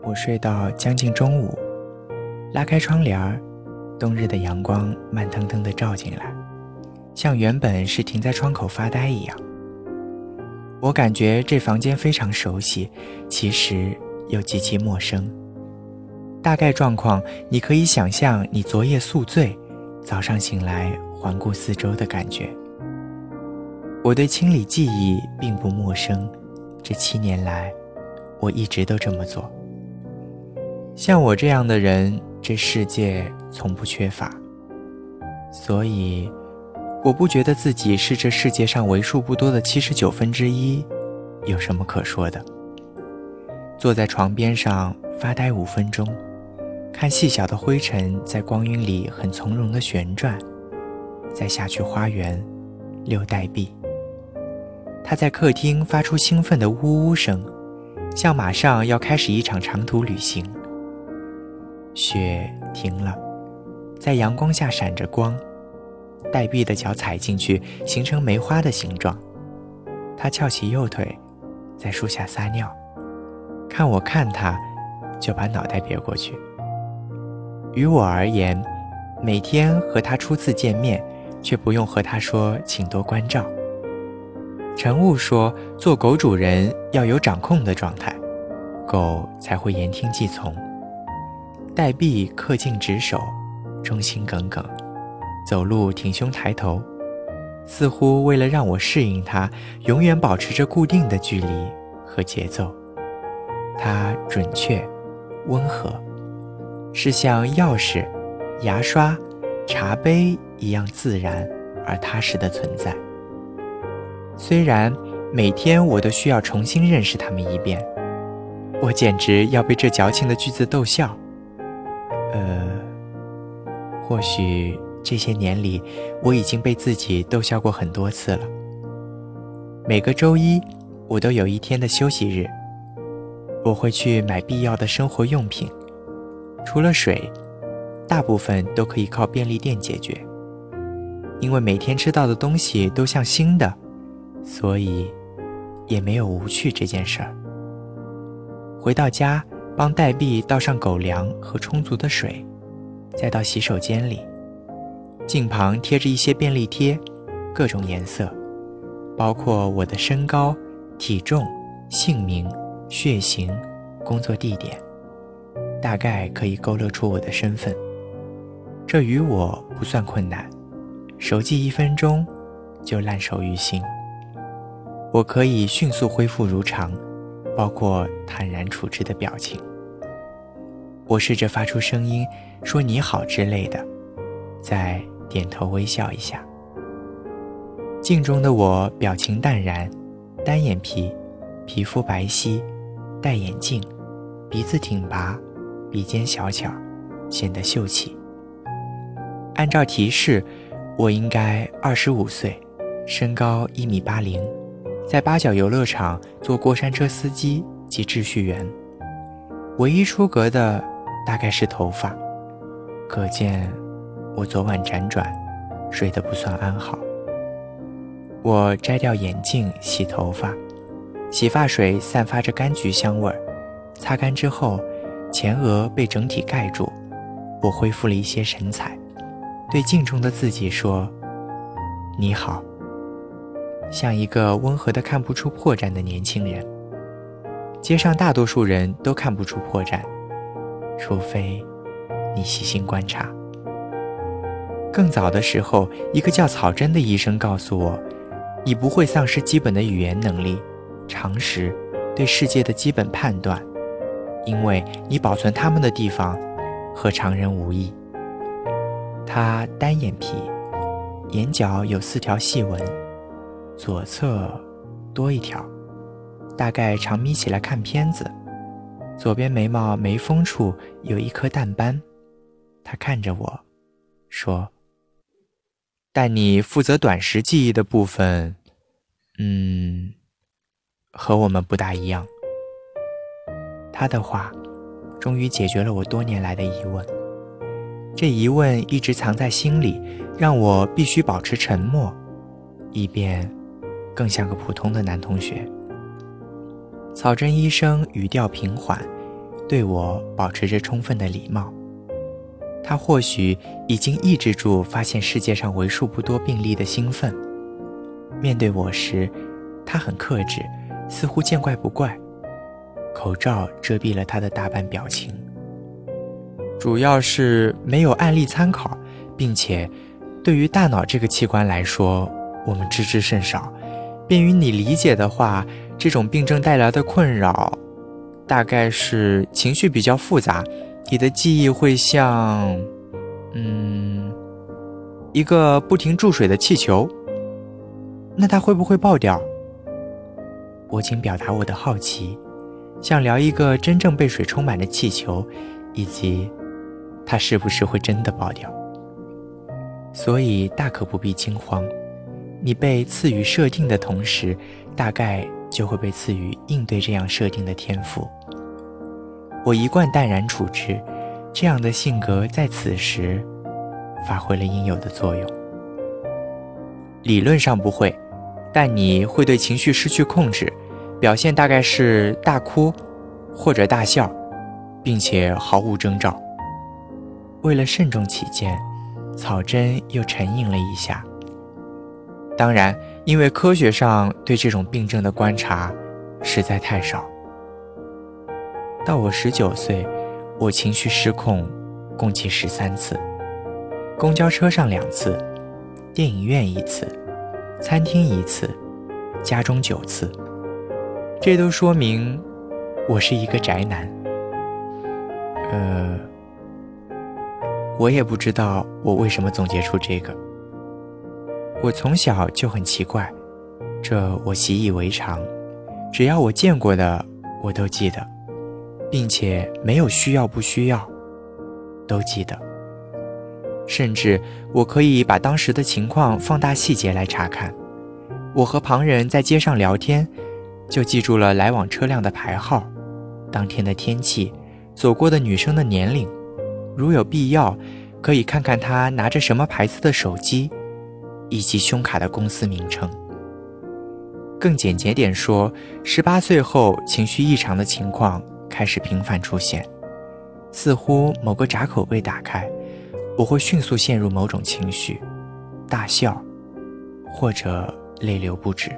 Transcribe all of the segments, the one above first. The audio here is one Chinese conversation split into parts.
我睡到将近中午，拉开窗帘，冬日的阳光慢腾腾地照进来，像原本是停在窗口发呆一样。我感觉这房间非常熟悉，其实又极其陌生。大概状况，你可以想象你昨夜宿醉，早上醒来环顾四周的感觉。我对清理记忆并不陌生，这7年来，我一直都这么做。像我这样的人，这世界从不缺乏，所以我不觉得自己是这世界上为数不多的1/79，有什么可说的。坐在床边上发呆5分钟，看细小的灰尘在光晕里很从容地旋转，再下去花园遛黛碧。他在客厅发出兴奋的呜呜声，像马上要开始一场长途旅行。雪停了，在阳光下闪着光，黛碧的脚踩进去形成梅花的形状。她翘起右腿，在树下撒尿，看我看她，就把脑袋别过去。于我而言，每天和她初次见面，却不用和她说请多关照。陈悟说，做狗主人要有掌控的状态，狗才会言听计从。黛碧恪尽职守，忠心耿耿，走路挺胸抬头，似乎为了让我适应它，永远保持着固定的距离和节奏。它准确、温和，是像钥匙、牙刷、茶杯一样自然而踏实的存在。虽然每天我都需要重新认识他们一遍，我简直要被这矫情的句子逗笑。或许这些年里，我已经被自己逗笑过很多次了。每个周一，我都有一天的休息日，我会去买必要的生活用品，除了水，大部分都可以靠便利店解决。因为每天吃到的东西都像新的，所以也没有无趣这件事儿。回到家，帮黛碧倒上狗粮和充足的水，再到洗手间里，镜旁贴着一些便利贴，各种颜色，包括我的身高、体重、姓名、血型、工作地点，大概可以勾勒出我的身份。这于我不算困难，熟记1分钟就烂熟于心。我可以迅速恢复如常，包括坦然处置的表情。我试着发出声音，说你好之类的，再点头微笑一下。镜中的我表情淡然，单眼皮，皮肤白皙，戴眼镜，鼻子挺拔，鼻尖小巧，显得秀气。按照提示，我应该25岁，身高1.80米，在八角游乐场做过山车司机及秩序员。唯一出格的大概是头发，可见我昨晚辗转，睡得不算安好。我摘掉眼镜洗头发，洗发水散发着柑橘香味儿，擦干之后，前额被整体盖住，我恢复了一些神采，对镜中的自己说：你好，像一个温和的看不出破绽的年轻人。街上大多数人都看不出破绽，除非你细心观察。更早的时候，一个叫草真的医生告诉我，你不会丧失基本的语言能力、常识、对世界的基本判断，因为你保存它们的地方和常人无异。他单眼皮，眼角有4条细纹，左侧多1条，大概常眯起来看片子。左边眉毛眉峰处有1颗淡斑。他看着我说，但你负责短时记忆的部分和我们不大一样。他的话终于解决了我多年来的疑问，这疑问一直藏在心里，让我必须保持沉默，以便更像个普通的男同学。草真医生语调平缓， 对我保持着充分的礼貌。他或许已经抑制住发现世界上为数不多病例的兴奋。面对我时，他很克制，似乎见怪不怪，口罩遮蔽了他的大半表情。主要是没有案例参考，并且对于大脑这个器官来说，我们知之甚少。便于你理解的话，这种病症带来的困扰大概是情绪比较复杂，你的记忆会像一个不停注水的气球。那它会不会爆掉？我仅表达我的好奇，想聊一个真正被水充满的气球，以及它是不是会真的爆掉。所以大可不必惊慌，你被赐予设定的同时，大概就会被赐予应对这样设定的天赋。我一贯淡然处之，这样的性格在此时发挥了应有的作用。理论上不会，但你会对情绪失去控制，表现大概是大哭或者大笑，并且毫无征兆。为了慎重起见，草针又沉吟了一下。当然，因为科学上对这种病症的观察实在太少。到我19岁，我情绪失控共计13次，公交车上2次，电影院1次，餐厅1次，家中9次。这都说明我是一个宅男。我也不知道我为什么总结出这个。我从小就很奇怪，这我习以为常，只要我见过的我都记得，并且没有需要不需要都记得。甚至我可以把当时的情况放大细节来查看。我和旁人在街上聊天，就记住了来往车辆的牌号，当天的天气，走过的女生的年龄，如有必要，可以看看她拿着什么牌子的手机，以及胸卡的公司名称。更简洁点说，18岁后情绪异常的情况开始频繁出现，似乎某个闸口被打开，我会迅速陷入某种情绪，大笑，或者泪流不止。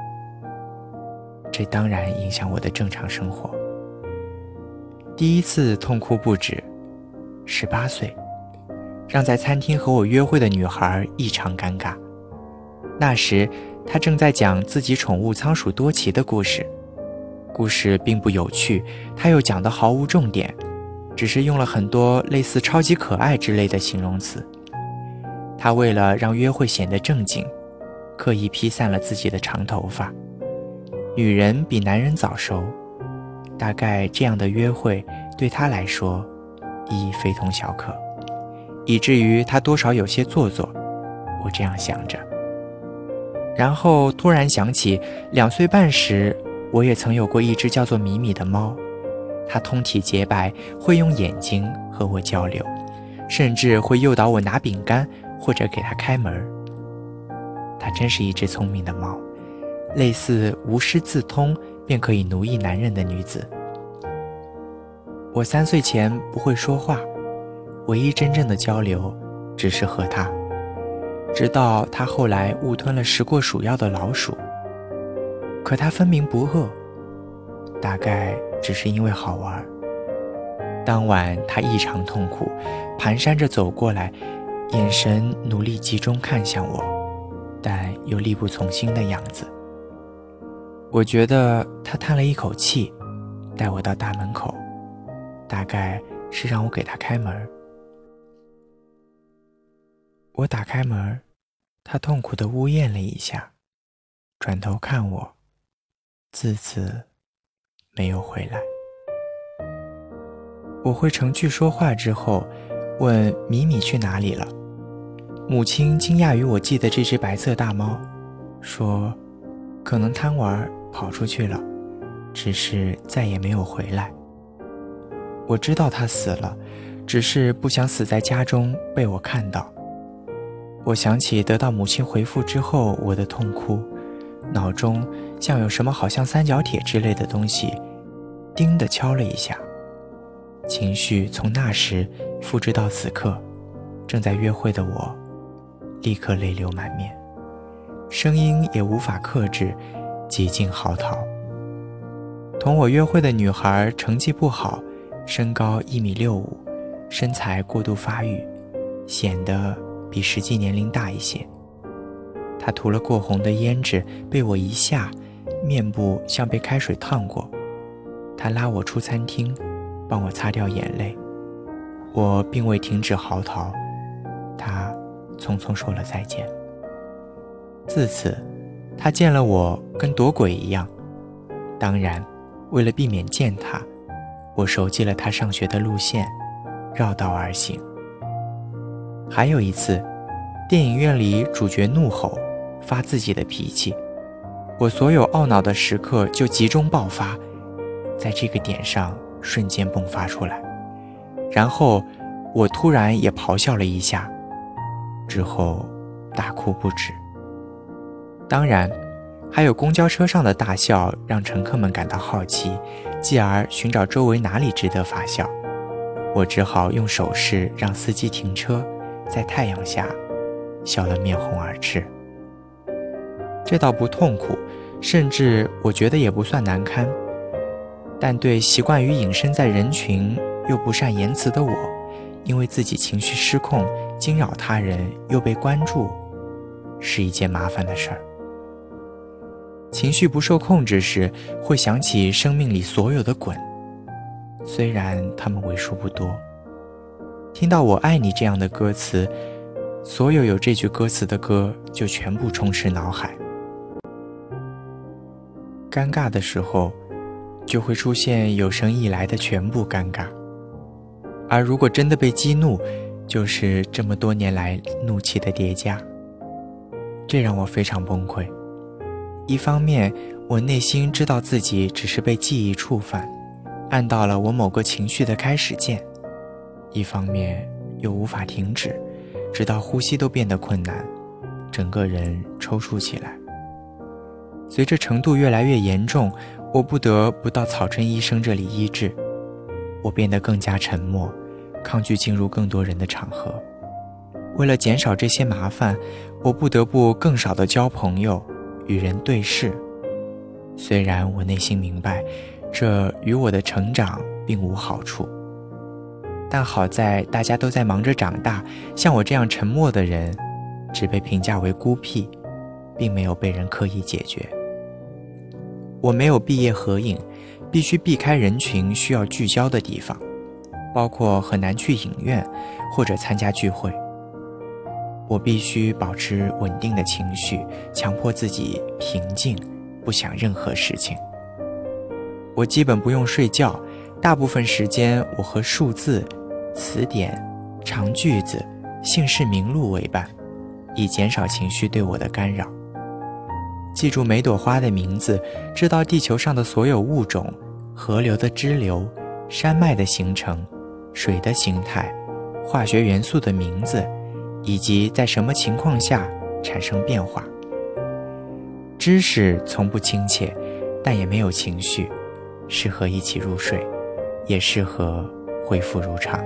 这当然影响我的正常生活。第一次痛哭不止，18岁，让在餐厅和我约会的女孩异常尴尬。那时她正在讲自己宠物仓鼠多奇的故事，故事并不有趣，她又讲得毫无重点，只是用了很多类似超级可爱之类的形容词。她为了让约会显得正经，刻意披散了自己的长头发。女人比男人早熟，大概这样的约会对她来说意义非同小可，以至于她多少有些做作，我这样想着。然后突然想起2岁半时，我也曾有过一只叫做米米的猫，它通体洁白，会用眼睛和我交流，甚至会诱导我拿饼干或者给它开门。它真是一只聪明的猫，类似无师自通便可以奴役男人的女子。我3岁前不会说话，唯一真正的交流只是和它，直到它后来误吞了食过鼠药的老鼠。可它分明不饿，大概只是因为好玩。当晚它异常痛苦，蹒跚着走过来，眼神努力集中看向我，但又力不从心的样子。我觉得他叹了一口气，带我到大门口，大概是让我给他开门。我打开门，他痛苦地呜咽了一下，转头看我，自此没有回来。我会成句说话之后，问米米去哪里了。母亲惊讶于我记得这只白色大猫，说可能贪玩跑出去了，只是再也没有回来。我知道它死了，只是不想死在家中被我看到。我想起得到母亲回复之后我的痛哭，脑中像有什么好像三角铁之类的东西叮地敲了一下。 情绪从那时复制到此刻，正在约会的我立刻泪流满面，声音也无法克制，几近嚎啕。同我约会的女孩成绩不好，身高1.65米，身材过度发育，显得比实际年龄大一些。她涂了过红的胭脂被我一下，面部像被开水烫过。她拉我出餐厅，帮我擦掉眼泪。我并未停止嚎啕，她匆匆说了再见。自此，她见了我跟躲鬼一样。当然，为了避免见她，我熟记了她上学的路线，绕道而行。还有一次，电影院里主角怒吼，发自己的脾气，我所有懊恼的时刻就集中爆发，在这个点上瞬间迸发出来。然后我突然也咆哮了一下，之后大哭不止。当然，还有公交车上的大笑让乘客们感到好奇，继而寻找周围哪里值得发笑。我只好用手势让司机停车，在太阳下笑得面红耳赤。这倒不痛苦，甚至我觉得也不算难堪，但对习惯于隐身在人群又不善言辞的我，因为自己情绪失控，惊扰他人又被关注，是一件麻烦的事儿。情绪不受控制时，会想起生命里所有的滚，虽然它们为数不多。听到我爱你这样的歌词，所有有这句歌词的歌就全部充斥脑海。尴尬的时候，就会出现有生以来的全部尴尬。而如果真的被激怒，就是这么多年来怒气的叠加。这让我非常崩溃。一方面，我内心知道自己只是被记忆触犯，按到了我某个情绪的开始键；一方面又无法停止，直到呼吸都变得困难，整个人抽搐起来。随着程度越来越严重，我不得不到草根医生这里医治。我变得更加沉默，抗拒进入更多人的场合。为了减少这些麻烦，我不得不更少地交朋友，与人对视。虽然我内心明白，这与我的成长并无好处，但好在大家都在忙着长大，像我这样沉默的人，只被评价为孤僻，并没有被人刻意解决。我没有毕业合影，必须避开人群需要聚焦的地方，包括很难去影院或者参加聚会。我必须保持稳定的情绪，强迫自己平静，不想任何事情。我基本不用睡觉，大部分时间我和数字、词典、长句子、姓氏名录为伴，以减少情绪对我的干扰。记住每朵花的名字，知道地球上的所有物种，河流的支流，山脉的形成，水的形态，化学元素的名字，以及在什么情况下产生变化。知识从不亲切，但也没有情绪，适合一起入睡，也适合恢复如常。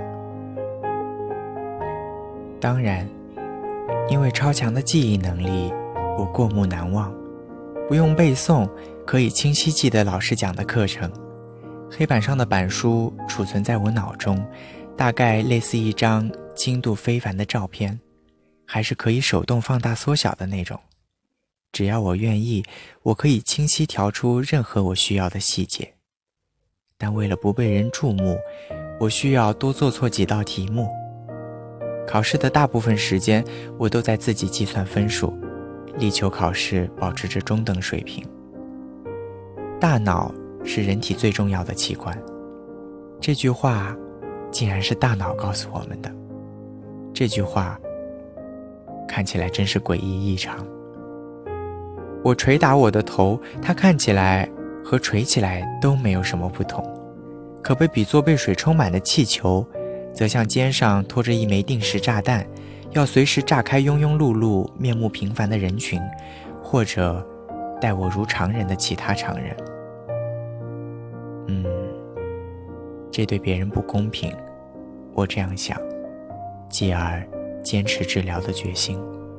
当然，因为超强的记忆能力，我过目难忘，不用背诵，可以清晰记得老师讲的课程。黑板上的板书储存在我脑中，大概类似一张精度非凡的照片，还是可以手动放大缩小的那种。只要我愿意，我可以清晰调出任何我需要的细节。但为了不被人注目，我需要多做错几道题目。考试的大部分时间，我都在自己计算分数，力求考试保持着中等水平。大脑是人体最重要的器官，这句话竟然是大脑告诉我们的。这句话看起来真是诡异异常。我捶打我的头，它看起来和垂起来都没有什么不同，可被比作被水充满的气球，则像肩上拖着一枚定时炸弹，要随时炸开庸庸碌碌面目平凡的人群，或者待我如常人的其他常人。 这对别人不公平，我这样想，继而坚持治疗的决心。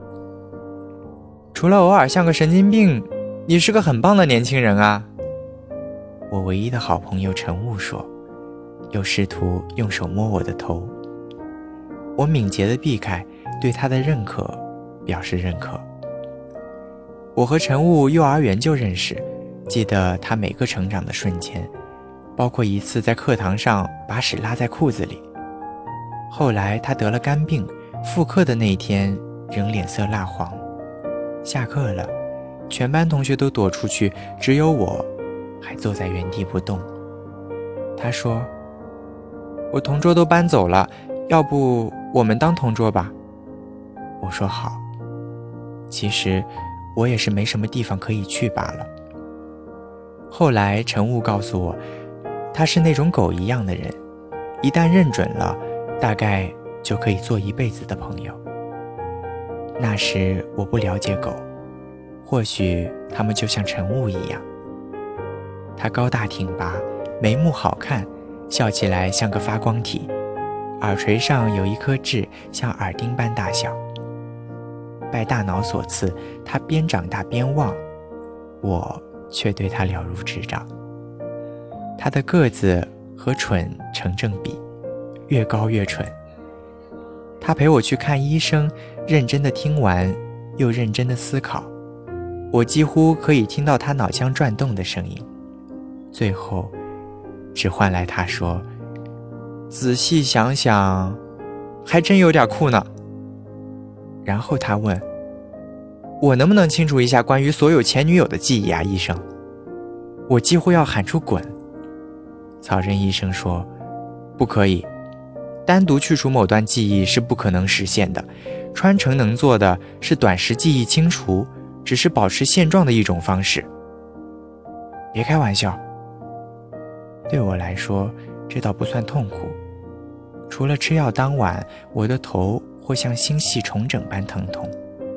除了偶尔像个神经病，你是个很棒的年轻人啊，我唯一的好朋友陈雾说，又试图用手摸我的头。我敏捷地避开，对他的认可表示认可。我和陈雾幼儿园就认识，记得他每个成长的瞬间，包括一次在课堂上把屎拉在裤子里。后来他得了肝病，复课的那一天仍脸色蜡黄。下课了，全班同学都躲出去，只有我还坐在原地不动。他说，我同桌都搬走了，要不我们当同桌吧。我说好，其实我也是没什么地方可以去罢了。后来陈雾告诉我，他是那种狗一样的人，一旦认准了，大概就可以做一辈子的朋友。那时我不了解狗，或许他们就像陈雾一样。他高大挺拔，眉目好看，笑起来像个发光体，耳垂上有一颗痣，像耳钉般大小。拜大脑所赐，他边长大边旺，我却对他了如指掌。他的个子和蠢成正比，越高越蠢。他陪我去看医生，认真地听完，又认真地思考，我几乎可以听到他脑腔转动的声音。最后只换来他说，仔细想想还真有点酷呢。然后他问，我能不能清除一下关于所有前女友的记忆啊，医生？我几乎要喊出滚。草根医生说，不可以，单独去除某段记忆是不可能实现的，川城能做的是短时记忆清除，只是保持现状的一种方式。别开玩笑。对我来说，这倒不算痛苦，除了吃药当晚，我的头会像心系重整般疼痛。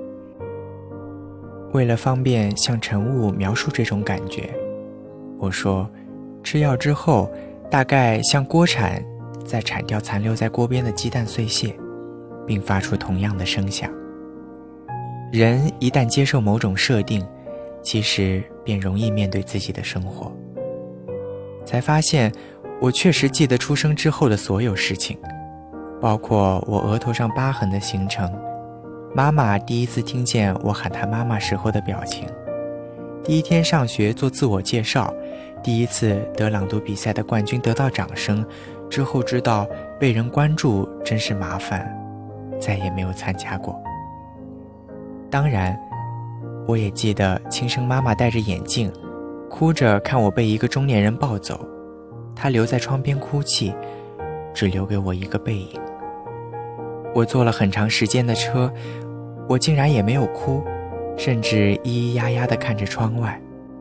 为了方便向陈雾描述这种感觉，我说，吃药之后，大概像锅铲在铲掉残留在锅边的鸡蛋碎屑，并发出同样的声响。人一旦接受某种设定，其实便容易面对自己的生活。才发现，我确实记得出生之后的所有事情，包括我额头上疤痕的形成，妈妈第一次听见我喊她妈妈时候的表情，第一天上学做自我介绍，第一次得朗读比赛的冠军得到掌声，之后知道被人关注真是麻烦，再也没有参加过。当然，我也记得亲生妈妈戴着眼镜，哭着看我被一个中年人抱走，她留在窗边哭泣，只留给我一个背影。我坐了很长时间的车，我竟然也没有哭，甚至咿咿呀呀地看着窗外。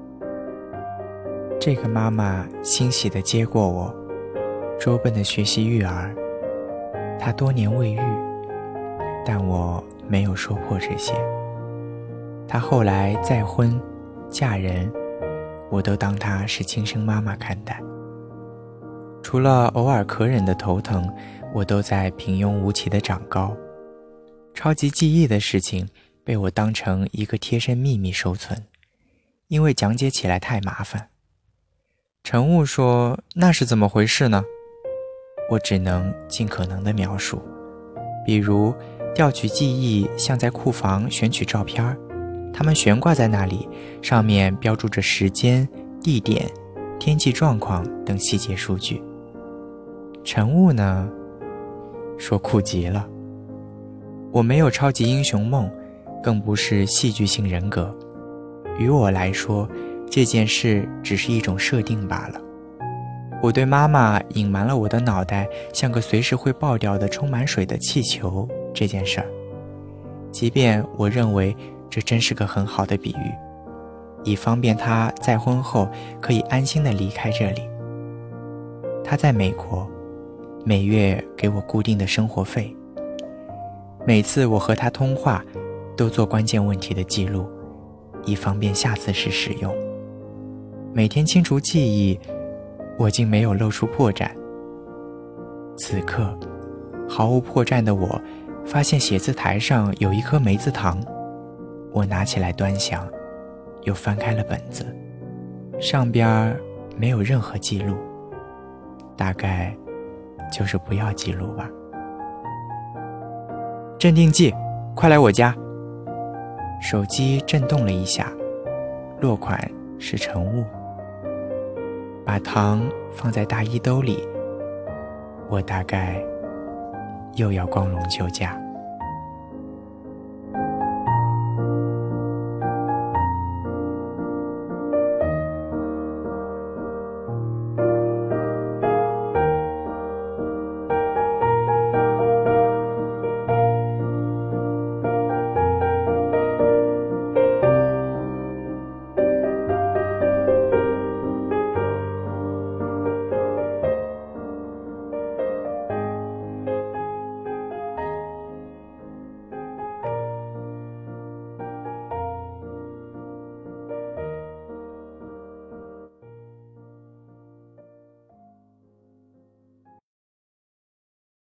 这个妈妈欣喜地接过我，周奔地学习育儿。她多年未育，但我没有说破这些。她后来再婚嫁人，我都当她是亲生妈妈看待。除了偶尔可忍的头疼，我都在平庸无奇的长高。超级记忆的事情被我当成一个贴身秘密收存，因为讲解起来太麻烦。陈雾说，那是怎么回事呢？我只能尽可能的描述，比如调取记忆像在库房选取照片，它们悬挂在那里，上面标注着时间、地点、天气状况等细节数据。陈雾呢，说酷极了。我没有超级英雄梦，更不是戏剧性人格。于我来说，这件事只是一种设定罢了。我对妈妈隐瞒了我的脑袋像个随时会爆掉的充满水的气球这件事儿，即便我认为这真是个很好的比喻，以方便她再婚后可以安心地离开这里。她在美国，每月给我固定的生活费。每次我和她通话，都做关键问题的记录，以方便下次时使用。每天清除记忆，我竟没有露出破绽， 此刻，毫无破绽的我发现写字台上有一颗梅子糖，我拿起来端详，又翻开了本子，上边没有任何记录，大概就是不要记录吧。镇定剂，快来我家。手机震动了一下，落款是晨雾。把糖放在大衣兜里，我大概又要光荣休假。